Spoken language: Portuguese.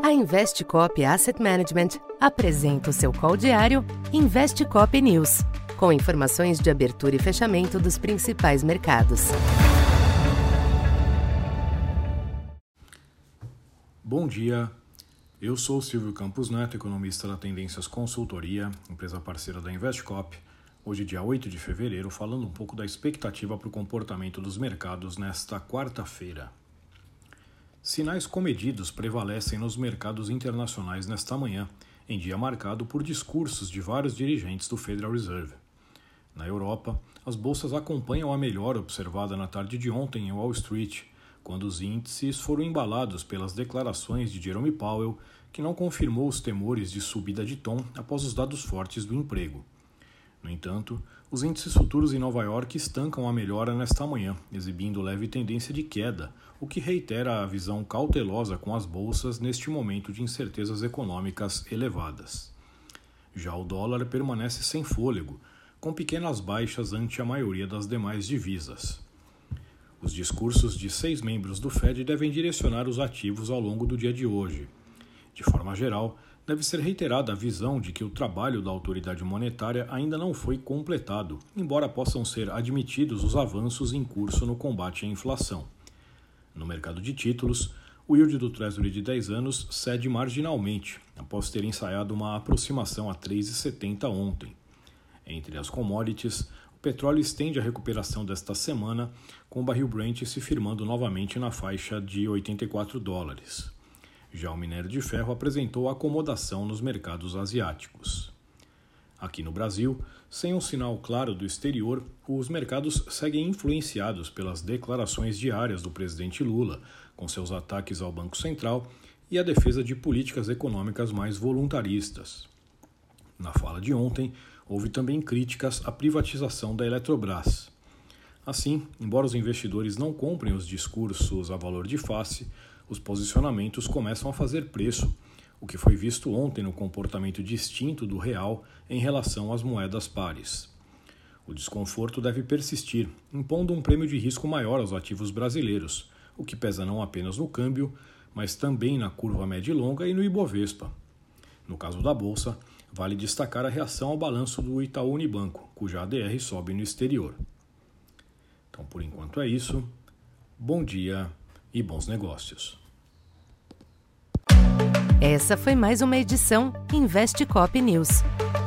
A Investcop Asset Management apresenta o seu call diário Investcop News, com informações de abertura e fechamento dos principais mercados. Bom dia, eu sou Silvio Campos Neto, economista da Tendências Consultoria, empresa parceira da Investcop. Hoje, dia 8 de fevereiro, falando um pouco da expectativa para o comportamento dos mercados nesta quarta-feira. Sinais comedidos prevalecem nos mercados internacionais nesta manhã, em dia marcado por discursos de vários dirigentes do Federal Reserve. Na Europa, as bolsas acompanham a melhora observada na tarde de ontem em Wall Street, quando os índices foram embalados pelas declarações de Jerome Powell, que não confirmou os temores de subida de tom após os dados fortes do emprego. No entanto, os índices futuros em Nova York estancam a melhora nesta manhã, exibindo leve tendência de queda, o que reitera a visão cautelosa com as bolsas neste momento de incertezas econômicas elevadas. Já o dólar permanece sem fôlego, com pequenas baixas ante a maioria das demais divisas. Os discursos de 6 membros do Fed devem direcionar os ativos ao longo do dia de hoje. De forma geral, deve ser reiterada a visão de que o trabalho da autoridade monetária ainda não foi completado, embora possam ser admitidos os avanços em curso no combate à inflação. No mercado de títulos, o yield do Treasury de 10 anos cede marginalmente, após ter ensaiado uma aproximação a 3,70 ontem. Entre as commodities, o petróleo estende a recuperação desta semana, com o barril Brent se firmando novamente na faixa de $84. Já o minério de ferro apresentou acomodação nos mercados asiáticos. Aqui no Brasil, sem um sinal claro do exterior, os mercados seguem influenciados pelas declarações diárias do presidente Lula, com seus ataques ao Banco Central e a defesa de políticas econômicas mais voluntaristas. Na fala de ontem, houve também críticas à privatização da Eletrobras. Assim, embora os investidores não comprem os discursos a valor de face, os posicionamentos começam a fazer preço, o que foi visto ontem no comportamento distinto do real em relação às moedas pares. O desconforto deve persistir, impondo um prêmio de risco maior aos ativos brasileiros, o que pesa não apenas no câmbio, mas também na curva média e longa e no Ibovespa. No caso da Bolsa, vale destacar a reação ao balanço do Itaú Unibanco, cuja ADR sobe no exterior. Então, por enquanto é isso. Bom dia e bons negócios. Essa foi mais uma edição Investcop News.